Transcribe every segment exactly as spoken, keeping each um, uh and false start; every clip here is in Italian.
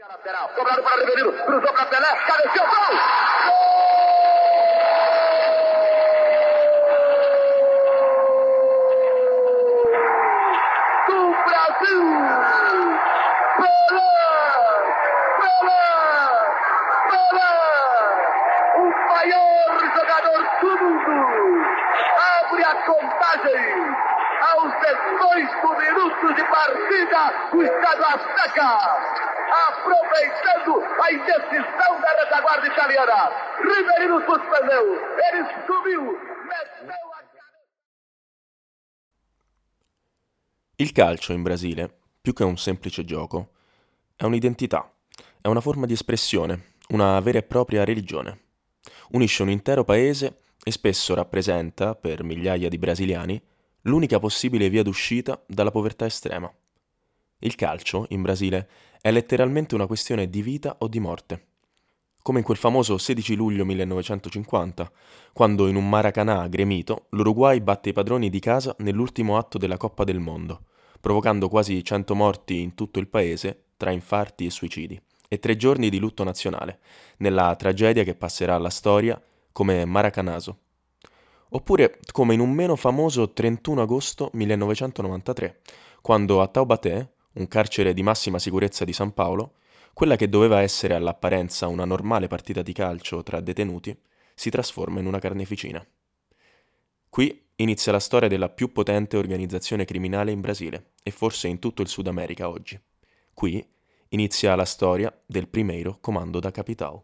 Lateral, cobrado para Rivelino, cruzou para Pelé, cabeceou, gol! Gol do Brasil! Pelé! Pelé! Pelé! O maior jogador do mundo! Abre a contagem! Aos dezoito minutos de partida, o Estádio Azteca! Aproveitando a indecisão da retaguarda italiana, Rivelino suspendeu, ele subiu, meteu a cabeça. Il calcio in Brasile, più che un semplice gioco, è un'identità, è una forma di espressione, una vera e propria religione. Unisce un intero paese e spesso rappresenta, per migliaia di brasiliani, l'unica possibile via d'uscita dalla povertà estrema. Il calcio, in Brasile, è letteralmente una questione di vita o di morte. Come in quel famoso sedici luglio millenovecentocinquanta, quando in un Maracanã gremito l'Uruguay batte i padroni di casa nell'ultimo atto della Coppa del Mondo, provocando quasi cento morti in tutto il paese tra infarti e suicidi, e tre giorni di lutto nazionale, nella tragedia che passerà alla storia come Maracanazo. Oppure come in un meno famoso trentuno agosto millenovecentonovantatré, quando a Taubaté, un carcere di massima sicurezza di San Paolo, quella che doveva essere all'apparenza una normale partita di calcio tra detenuti, si trasforma in una carneficina. Qui inizia la storia della più potente organizzazione criminale in Brasile e forse in tutto il Sud America oggi. Qui inizia la storia del Primeiro Comando da Capital.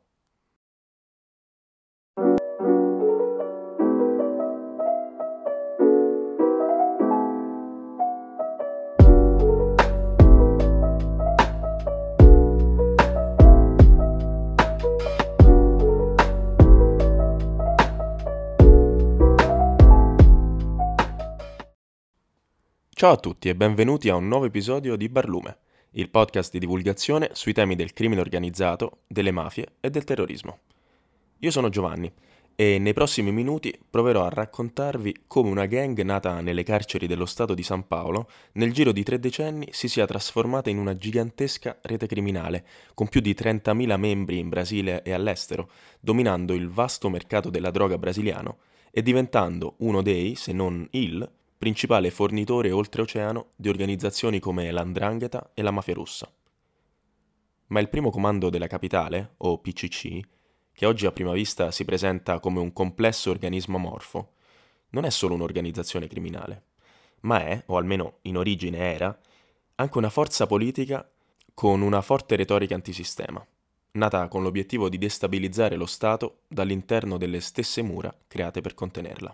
Ciao a tutti e benvenuti a un nuovo episodio di Barlume, il podcast di divulgazione sui temi del crimine organizzato, delle mafie e del terrorismo. Io sono Giovanni e nei prossimi minuti proverò a raccontarvi come una gang nata nelle carceri dello Stato di San Paolo nel giro di tre decenni si sia trasformata in una gigantesca rete criminale con più di trentamila membri in Brasile e all'estero, dominando il vasto mercato della droga brasiliano e diventando uno dei, se non il, principale fornitore oltreoceano di organizzazioni come l'Andrangheta e la mafia russa. Ma il primo comando della capitale, o P C C, che oggi a prima vista si presenta come un complesso organismo amorfo, non è solo un'organizzazione criminale, ma è, o almeno in origine era, anche una forza politica con una forte retorica antisistema, nata con l'obiettivo di destabilizzare lo Stato dall'interno delle stesse mura create per contenerla.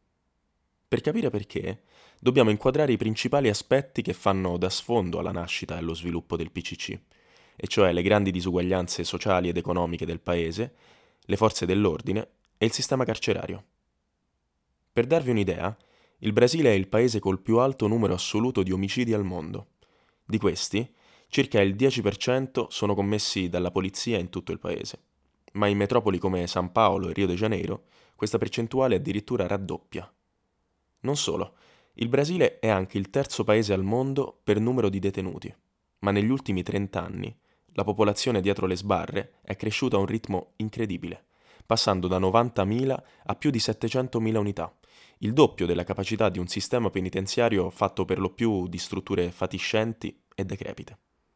Per capire perché, dobbiamo inquadrare i principali aspetti che fanno da sfondo alla nascita e allo sviluppo del P C C, e cioè le grandi disuguaglianze sociali ed economiche del paese, le forze dell'ordine e il sistema carcerario. Per darvi un'idea, il Brasile è il paese col più alto numero assoluto di omicidi al mondo. Di questi, circa il dieci per cento sono commessi dalla polizia in tutto il paese, ma in metropoli come San Paolo e Rio de Janeiro questa percentuale addirittura raddoppia. Non solo, il Brasile è anche il terzo paese al mondo per numero di detenuti, ma negli ultimi trent'anni la popolazione dietro le sbarre è cresciuta a un ritmo incredibile, passando da novantamila a più di settecentomila unità, il doppio della capacità di un sistema penitenziario fatto per lo più di strutture fatiscenti e decrepite.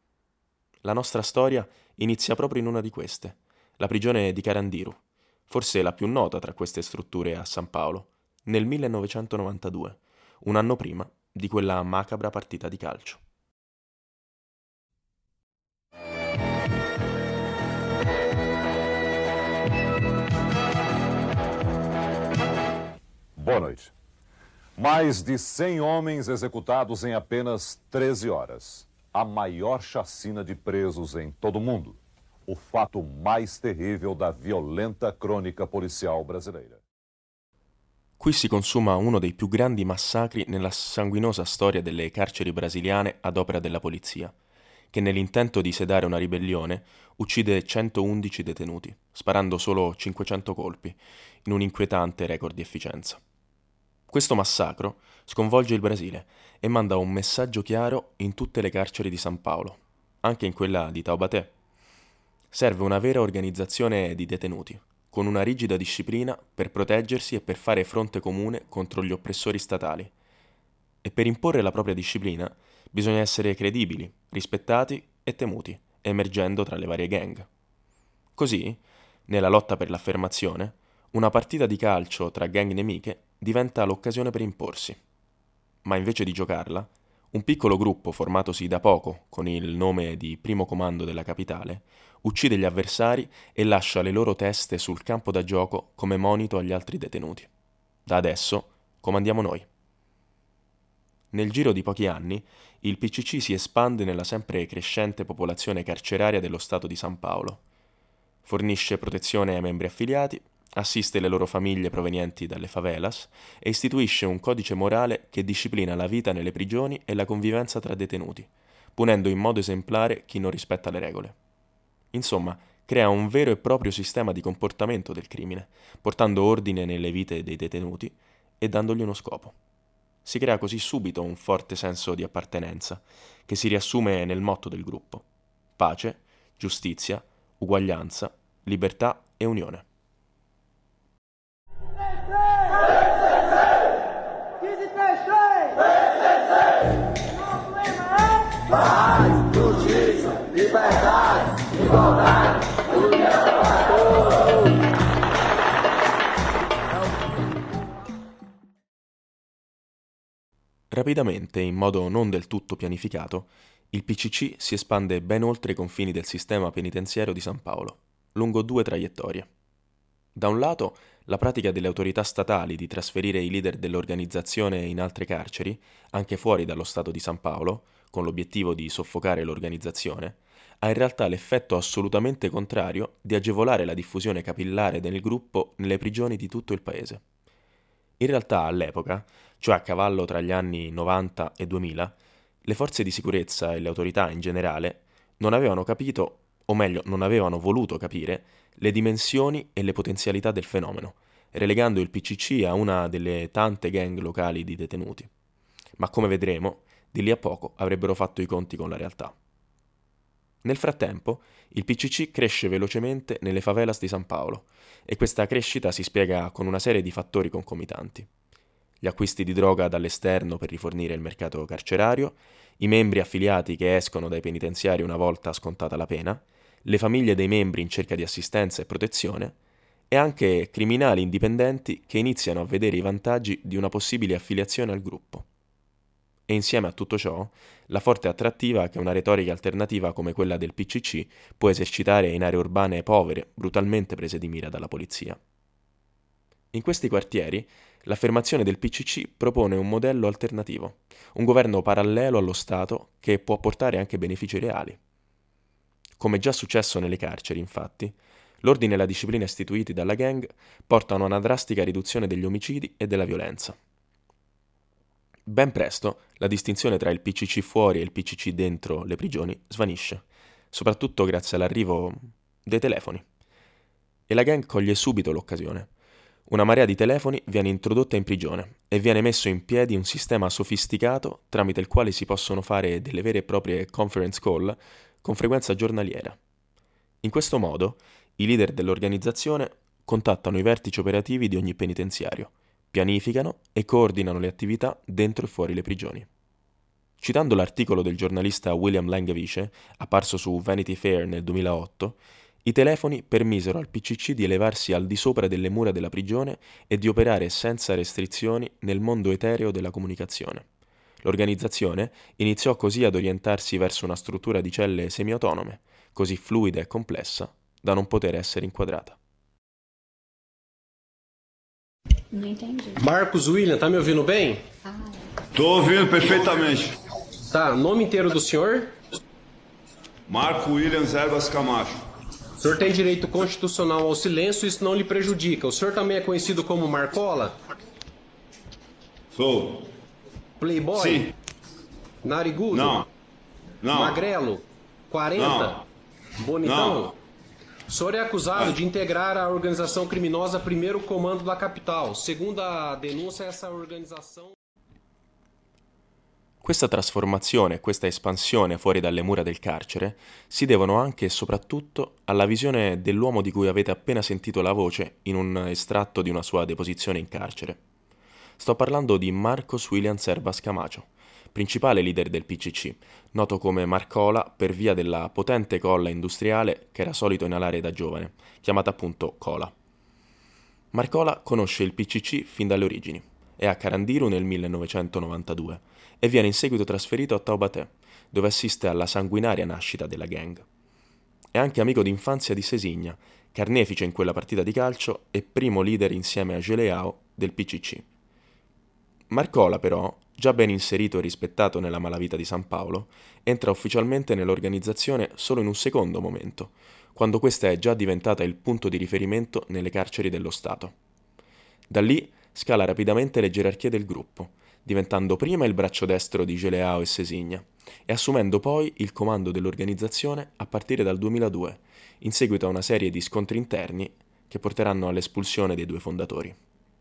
La nostra storia inizia proprio in una di queste, la prigione di Carandiru, forse la più nota tra queste strutture a San Paolo, nel millenovecentonovantadue, un anno prima di quella macabra partita di calcio. Boa noite. Mais de cem homens executados em apenas treze horas. A maior chacina de presos em todo o mundo. O fato mais terrível da violenta crônica policial brasileira. Qui si consuma uno dei più grandi massacri nella sanguinosa storia delle carceri brasiliane ad opera della polizia, che nell'intento di sedare una ribellione uccide centoundici detenuti, sparando solo cinquecento colpi, in un inquietante record di efficienza. Questo massacro sconvolge il Brasile e manda un messaggio chiaro in tutte le carceri di San Paolo, anche in quella di Taubaté, Serve una vera organizzazione di detenuti, con una rigida disciplina per proteggersi e per fare fronte comune contro gli oppressori statali. E per imporre la propria disciplina bisogna essere credibili, rispettati e temuti, emergendo tra le varie gang. Così, nella lotta per l'affermazione, una partita di calcio tra gang nemiche diventa l'occasione per imporsi. Ma invece di giocarla, un piccolo gruppo formatosi da poco con il nome di Primo Comando della Capitale uccide gli avversari e lascia le loro teste sul campo da gioco come monito agli altri detenuti. Da adesso comandiamo noi. Nel giro di pochi anni, il P C C si espande nella sempre crescente popolazione carceraria dello Stato di San Paolo. Fornisce protezione ai membri affiliati, assiste le loro famiglie provenienti dalle favelas e istituisce un codice morale che disciplina la vita nelle prigioni e la convivenza tra detenuti, punendo in modo esemplare chi non rispetta le regole. Insomma, crea un vero e proprio sistema di comportamento del crimine, portando ordine nelle vite dei detenuti e dandogli uno scopo. Si crea così subito un forte senso di appartenenza, che si riassume nel motto del gruppo: pace, giustizia, uguaglianza, libertà e unione. Paz, justiça, liberdade, igualdade, união para todos. Rapidamente, in modo non del tutto pianificato, il P C C si espande ben oltre i confini del sistema penitenziario di San Paolo, lungo due traiettorie. Da un lato, la pratica delle autorità statali di trasferire i leader dell'organizzazione in altre carceri, anche fuori dallo Stato di San Paolo, con l'obiettivo di soffocare l'organizzazione, ha in realtà l'effetto assolutamente contrario di agevolare la diffusione capillare del gruppo nelle prigioni di tutto il paese. In realtà, all'epoca, cioè a cavallo tra gli anni novanta e duemila, le forze di sicurezza e le autorità in generale non avevano capito, o meglio, non avevano voluto capire, le dimensioni e le potenzialità del fenomeno, relegando il P C C a una delle tante gang locali di detenuti. Ma come vedremo, di lì a poco avrebbero fatto i conti con la realtà. Nel frattempo, il P C C cresce velocemente nelle favelas di San Paolo e questa crescita si spiega con una serie di fattori concomitanti. Gli acquisti di droga dall'esterno per rifornire il mercato carcerario, i membri affiliati che escono dai penitenziari una volta scontata la pena, le famiglie dei membri in cerca di assistenza e protezione e anche criminali indipendenti che iniziano a vedere i vantaggi di una possibile affiliazione al gruppo. E insieme a tutto ciò, la forte attrattiva che una retorica alternativa come quella del P C C può esercitare in aree urbane povere, brutalmente prese di mira dalla polizia. In questi quartieri, l'affermazione del P C C propone un modello alternativo, un governo parallelo allo Stato che può portare anche benefici reali. Come già successo nelle carceri, infatti, l'ordine e la disciplina istituiti dalla gang portano a una drastica riduzione degli omicidi e della violenza. Ben presto la distinzione tra il P C C fuori e il P C C dentro le prigioni svanisce, soprattutto grazie all'arrivo dei telefoni. E la gang coglie subito l'occasione. Una marea di telefoni viene introdotta in prigione e viene messo in piedi un sistema sofisticato tramite il quale si possono fare delle vere e proprie conference call con frequenza giornaliera. In questo modo, i leader dell'organizzazione contattano i vertici operativi di ogni penitenziario, pianificano e coordinano le attività dentro e fuori le prigioni. Citando l'articolo del giornalista William Langewiesche, apparso su Vanity Fair nel duemilaotto, i telefoni permisero al P C C di elevarsi al di sopra delle mura della prigione e di operare senza restrizioni nel mondo etereo della comunicazione. L'organizzazione iniziò così ad orientarsi verso una struttura di celle semi-autonome, così fluida e complessa da non poter essere inquadrata. Não entendi. Marcos William, tá me ouvindo bem? Ah, Tô ouvindo perfeitamente. Tá, nome inteiro do senhor? Marco Williams Erbas Camacho. O senhor tem direito constitucional ao silêncio e isso não lhe prejudica. O senhor também é conhecido como Marcola? Sou. Playboy? Sim. Narigudo? Não. Não. Magrelo? quarenta? Bonitão? Não. O senhor é acusado de integrar a organização criminosa Primeiro Comando da Capital. Segundo a denúncia, essa organização... Questa trasformazione e questa espansione fuori dalle mura del carcere si devono anche e soprattutto alla visione dell'uomo di cui avete appena sentito la voce in un estratto di una sua deposizione in carcere. Sto parlando di Marcos Williams Herbas Camacho, principale leader del P C C, noto come Marcola per via della potente colla industriale che era solito inalare da giovane, chiamata appunto cola. Marcola conosce il P C C fin dalle origini. È a Carandiru nel millenovecentonovantadue e viene in seguito trasferito a Taubaté, dove assiste alla sanguinaria nascita della gang. È anche amico d'infanzia di Sesigna, carnefice in quella partita di calcio e primo leader insieme a Geleao del P C C. Marcola, però, già ben inserito e rispettato nella malavita di San Paolo, entra ufficialmente nell'organizzazione solo in un secondo momento, quando questa è già diventata il punto di riferimento nelle carceri dello Stato. Da lì scala rapidamente le gerarchie del gruppo, diventando prima il braccio destro di Geleao e Sesigna e assumendo poi il comando dell'organizzazione a partire dal duemiladue, in seguito a una serie di scontri interni che porteranno all'espulsione dei due fondatori.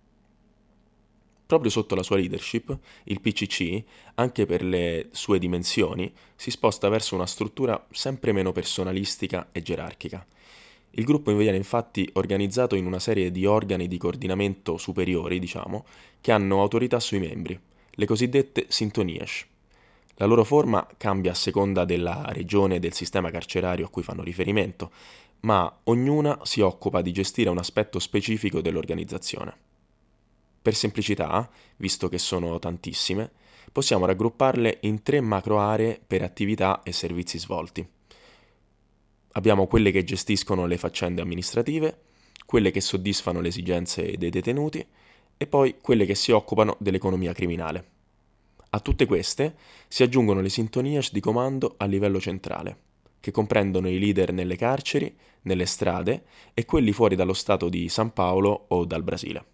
Proprio sotto la sua leadership, il P C C, anche per le sue dimensioni, si sposta verso una struttura sempre meno personalistica e gerarchica. Il gruppo viene infatti organizzato in una serie di organi di coordinamento superiori, diciamo, che hanno autorità sui membri, le cosiddette sintonies. La loro forma cambia a seconda della regione e del sistema carcerario a cui fanno riferimento, ma ognuna si occupa di gestire un aspetto specifico dell'organizzazione. Per semplicità, visto che sono tantissime, possiamo raggrupparle in tre macro aree per attività e servizi svolti. Abbiamo quelle che gestiscono le faccende amministrative, quelle che soddisfano le esigenze dei detenuti e poi quelle che si occupano dell'economia criminale. A tutte queste si aggiungono le sintonie di comando a livello centrale, che comprendono i leader nelle carceri, nelle strade e quelli fuori dallo Stato di San Paolo o dal Brasile.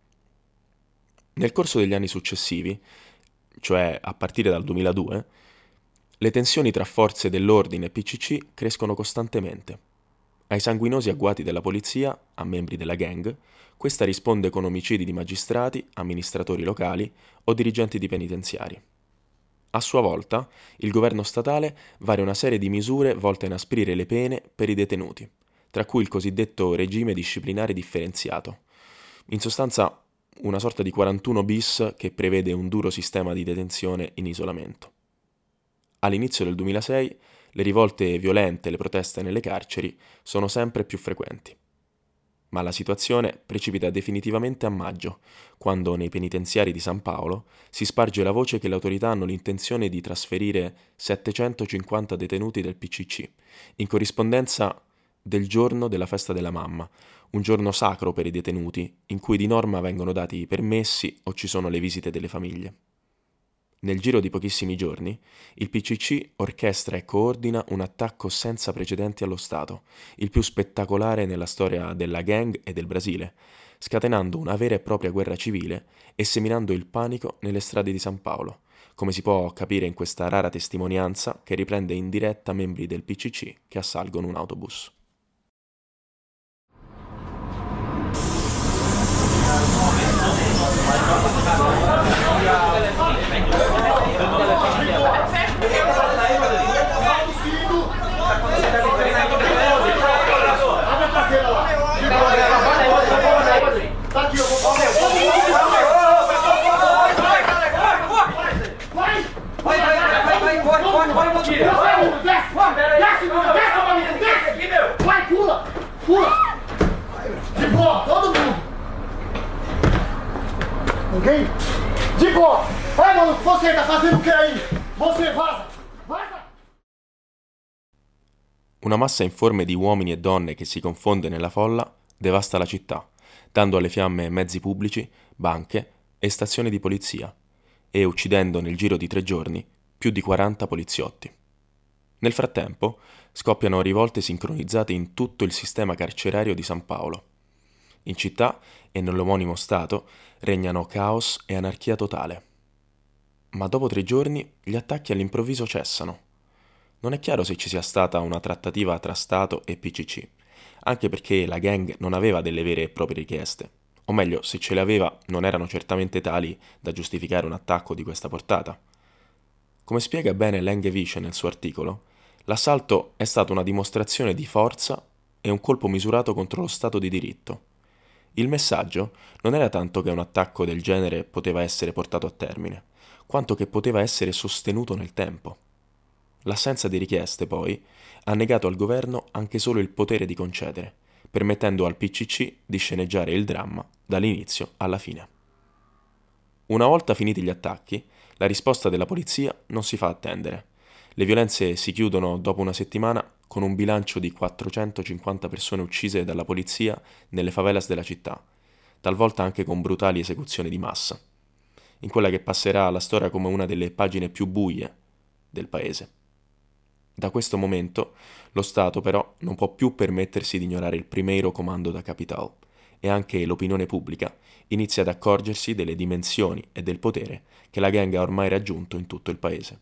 Nel corso degli anni successivi, cioè a partire dal duemiladue, le tensioni tra forze dell'ordine e P C C crescono costantemente. Ai sanguinosi agguati della polizia, a membri della gang, questa risponde con omicidi di magistrati, amministratori locali o dirigenti di penitenziari. A sua volta, il governo statale varia una serie di misure volte a inasprire le pene per i detenuti, tra cui il cosiddetto regime disciplinare differenziato. In sostanza, una sorta di quarantuno bis che prevede un duro sistema di detenzione in isolamento. All'inizio del duemilasei le rivolte violente e le proteste nelle carceri sono sempre più frequenti. Ma la situazione precipita definitivamente a maggio, quando nei penitenziari di San Paolo si sparge la voce che le autorità hanno l'intenzione di trasferire settecentocinquanta detenuti del P C C, in corrispondenza del giorno della festa della mamma, un giorno sacro per i detenuti, in cui di norma vengono dati i permessi o ci sono le visite delle famiglie. Nel giro di pochissimi giorni, il P C C orchestra e coordina un attacco senza precedenti allo Stato, il più spettacolare nella storia della gang e del Brasile, scatenando una vera e propria guerra civile e seminando il panico nelle strade di San Paolo, come si può capire in questa rara testimonianza che riprende in diretta membri del P C C che assalgono un autobus. Vai, pula! Pula! De boa, todo mundo! Ninguém? De boa! Vai, maluco, você tá fazendo o que aí? Você vaza! Vaza! Una massa informe di uomini e donne che si confonde nella folla devasta la città, dando alle fiamme mezzi pubblici, banche e stazioni di polizia, e uccidendo nel giro di tre giorni più di quaranta poliziotti. Nel frattempo scoppiano rivolte sincronizzate in tutto il sistema carcerario di San Paolo. In città e nell'omonimo stato regnano caos e anarchia totale. Ma dopo tre giorni gli attacchi all'improvviso cessano. Non è chiaro se ci sia stata una trattativa tra Stato e P C C, anche perché la gang non aveva delle vere e proprie richieste, o meglio, se ce le aveva non erano certamente tali da giustificare un attacco di questa portata. Come spiega bene Lengevice nel suo articolo, l'assalto è stata una dimostrazione di forza e un colpo misurato contro lo Stato di diritto. Il messaggio non era tanto che un attacco del genere poteva essere portato a termine, quanto che poteva essere sostenuto nel tempo. L'assenza di richieste, poi, ha negato al governo anche solo il potere di concedere, permettendo al P C C di sceneggiare il dramma dall'inizio alla fine. Una volta finiti gli attacchi, la risposta della polizia non si fa attendere. Le violenze si chiudono dopo una settimana con un bilancio di quattrocentocinquanta persone uccise dalla polizia nelle favelas della città, talvolta anche con brutali esecuzioni di massa, in quella che passerà alla storia come una delle pagine più buie del paese. Da questo momento lo Stato però non può più permettersi di ignorare il Primeiro Comando da Capital e anche l'opinione pubblica inizia ad accorgersi delle dimensioni e del potere que la gang ha ormai raggiunto en todo el país.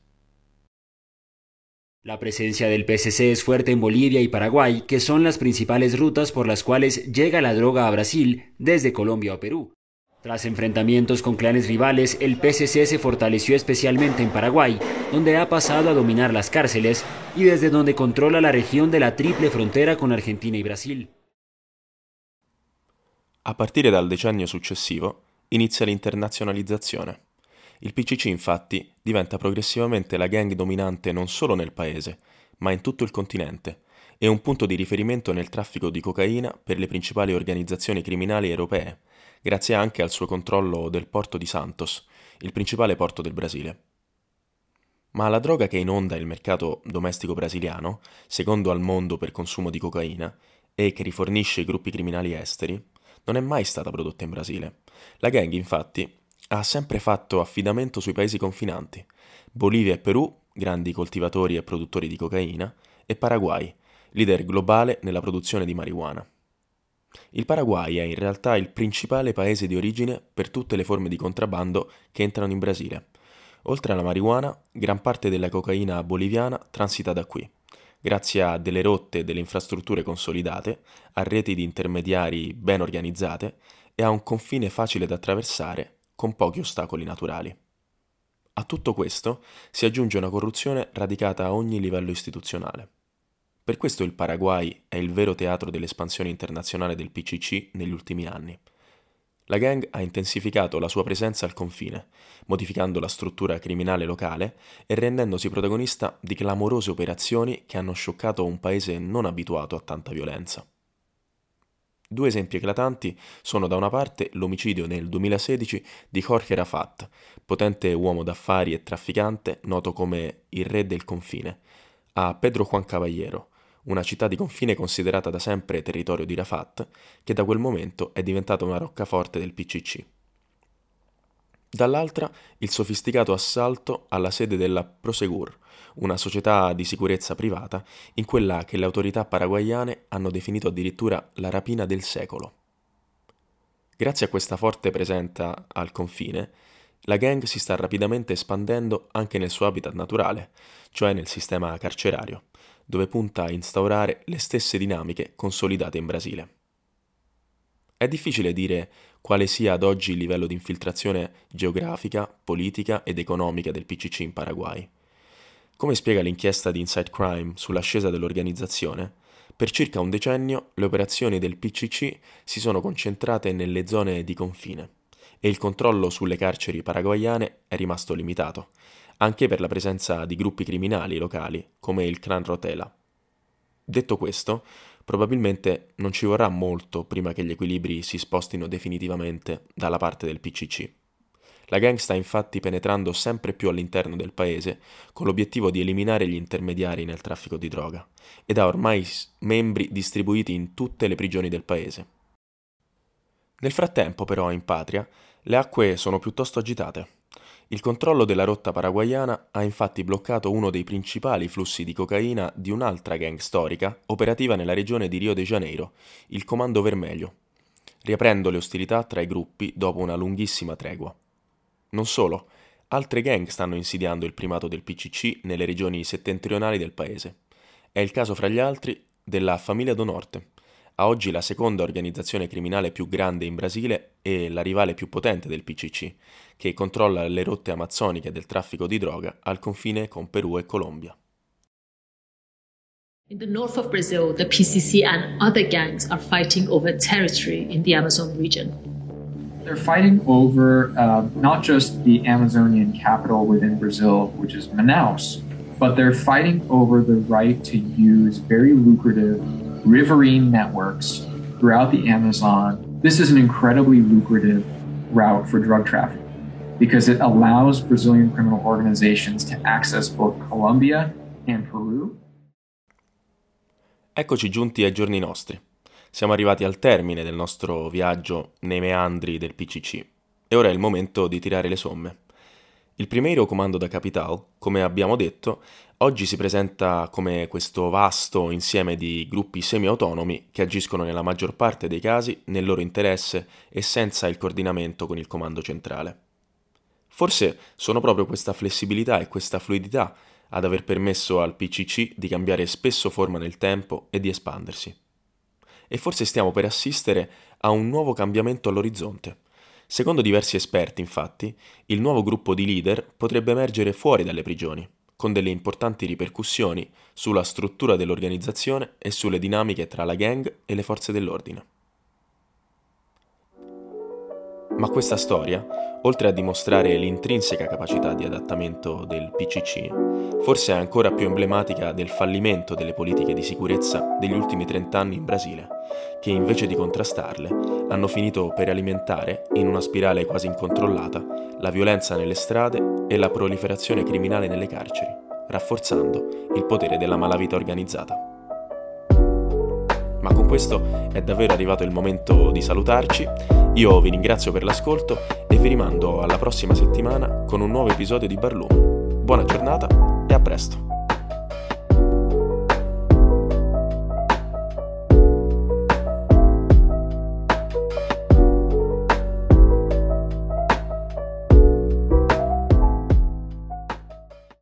La presencia del P C C es fuerte en Bolivia y Paraguay, que son las principales rutas por las cuales llega la droga a Brasil desde Colombia o Perú. Tras enfrentamientos con clanes rivales, el P C C se fortaleció especialmente en Paraguay, donde ha pasado a dominar las cárceles y desde donde controla la región de la triple frontera con Argentina y Brasil. A partire dal decennio successivo inizia l'internazionalizzazione. Il P C C infatti diventa progressivamente la gang dominante non solo nel paese, ma in tutto il continente, e un punto di riferimento nel traffico di cocaina per le principali organizzazioni criminali europee, grazie anche al suo controllo del porto di Santos, il principale porto del Brasile. Ma la droga che inonda il mercato domestico brasiliano, secondo al mondo per consumo di cocaina, e che rifornisce i gruppi criminali esteri, non è mai stata prodotta in Brasile. La gang, infatti, ha sempre fatto affidamento sui paesi confinanti: Bolivia e Perù, grandi coltivatori e produttori di cocaina, e Paraguay, leader globale nella produzione di marijuana. Il Paraguay è in realtà il principale paese di origine per tutte le forme di contrabbando che entrano in Brasile. Oltre alla marijuana, gran parte della cocaina boliviana transita da qui, grazie a delle rotte e delle infrastrutture consolidate, a reti di intermediari ben organizzate e a un confine facile da attraversare con pochi ostacoli naturali. A tutto questo si aggiunge una corruzione radicata a ogni livello istituzionale. Per questo il Paraguay è il vero teatro dell'espansione internazionale del P C C negli ultimi anni. La gang ha intensificato la sua presenza al confine, modificando la struttura criminale locale e rendendosi protagonista di clamorose operazioni che hanno scioccato un paese non abituato a tanta violenza. Due esempi eclatanti sono da una parte l'omicidio nel duemilasedici di Jorge Rafat, potente uomo d'affari e trafficante noto come il re del confine, a Pedro Juan Caballero, una città di confine considerata da sempre territorio di Rafat, che da quel momento è diventata una roccaforte del P C C. Dall'altra, il sofisticato assalto alla sede della Prosegur, una società di sicurezza privata in quella che le autorità paraguaiane hanno definito addirittura la rapina del secolo. Grazie a questa forte presenza al confine, la gang si sta rapidamente espandendo anche nel suo habitat naturale, cioè nel sistema carcerario, dove punta a instaurare le stesse dinamiche consolidate in Brasile. È difficile dire quale sia ad oggi il livello di infiltrazione geografica, politica ed economica del P C C in Paraguay. Come spiega l'inchiesta di Inside Crime sull'ascesa dell'organizzazione, per circa un decennio le operazioni del P C C si sono concentrate nelle zone di confine e il controllo sulle carceri paraguaiane è rimasto limitato, anche per la presenza di gruppi criminali locali come il Clan Rotela. Detto questo, probabilmente non ci vorrà molto prima che gli equilibri si spostino definitivamente dalla parte del P C C. La gang sta infatti penetrando sempre più all'interno del paese con l'obiettivo di eliminare gli intermediari nel traffico di droga ed ha ormai membri distribuiti in tutte le prigioni del paese. Nel frattempo, però, in patria, le acque sono piuttosto agitate. Il controllo della rotta paraguaiana ha infatti bloccato uno dei principali flussi di cocaina di un'altra gang storica operativa nella regione di Rio de Janeiro, il Comando Vermelho, riaprendo le ostilità tra i gruppi dopo una lunghissima tregua. Non solo, altre gang stanno insidiando il primato del P C C nelle regioni settentrionali del paese. È il caso fra gli altri della Famiglia do Norte, a oggi la seconda organizzazione criminale più grande in Brasile e la rivale più potente del P C C, che controlla le rotte amazzoniche del traffico di droga al confine con Perù e Colombia. In the north of Brazil, the P C C and other gangs are fighting over territory in the Amazon region. They're fighting over uh, not just the Amazonian capital within Brazil, which is Manaus, but they're fighting over the right to use very lucrative riverine networks throughout the Amazon. This is an incredibly lucrative route for drug trafficking because it allows Brazilian criminal organizations to access both Colombia and Peru. Eccoci giunti ai giorni nostri. Siamo arrivati al termine del nostro viaggio nei meandri del P C C e ora è il momento di tirare le somme. Il Primeiro Comando da Capital, come abbiamo detto, oggi si presenta come questo vasto insieme di gruppi semi-autonomi che agiscono nella maggior parte dei casi nel loro interesse e senza il coordinamento con il comando centrale. Forse sono proprio questa flessibilità e questa fluidità ad aver permesso al P C C di cambiare spesso forma nel tempo e di espandersi. E forse stiamo per assistere a un nuovo cambiamento all'orizzonte. Secondo diversi esperti, infatti, il nuovo gruppo di leader potrebbe emergere fuori dalle prigioni, con delle importanti ripercussioni sulla struttura dell'organizzazione e sulle dinamiche tra la gang e le forze dell'ordine. Ma questa storia, oltre a dimostrare l'intrinseca capacità di adattamento del P C C, forse è ancora più emblematica del fallimento delle politiche di sicurezza degli ultimi trent'anni in Brasile, che invece di contrastarle hanno finito per alimentare, in una spirale quasi incontrollata, la violenza nelle strade e la proliferazione criminale nelle carceri, rafforzando il potere della malavita organizzata. Ma con questo è davvero arrivato il momento di salutarci. Io vi ringrazio per l'ascolto e vi rimando alla prossima settimana con un nuovo episodio di Barlume. Buona giornata e a presto!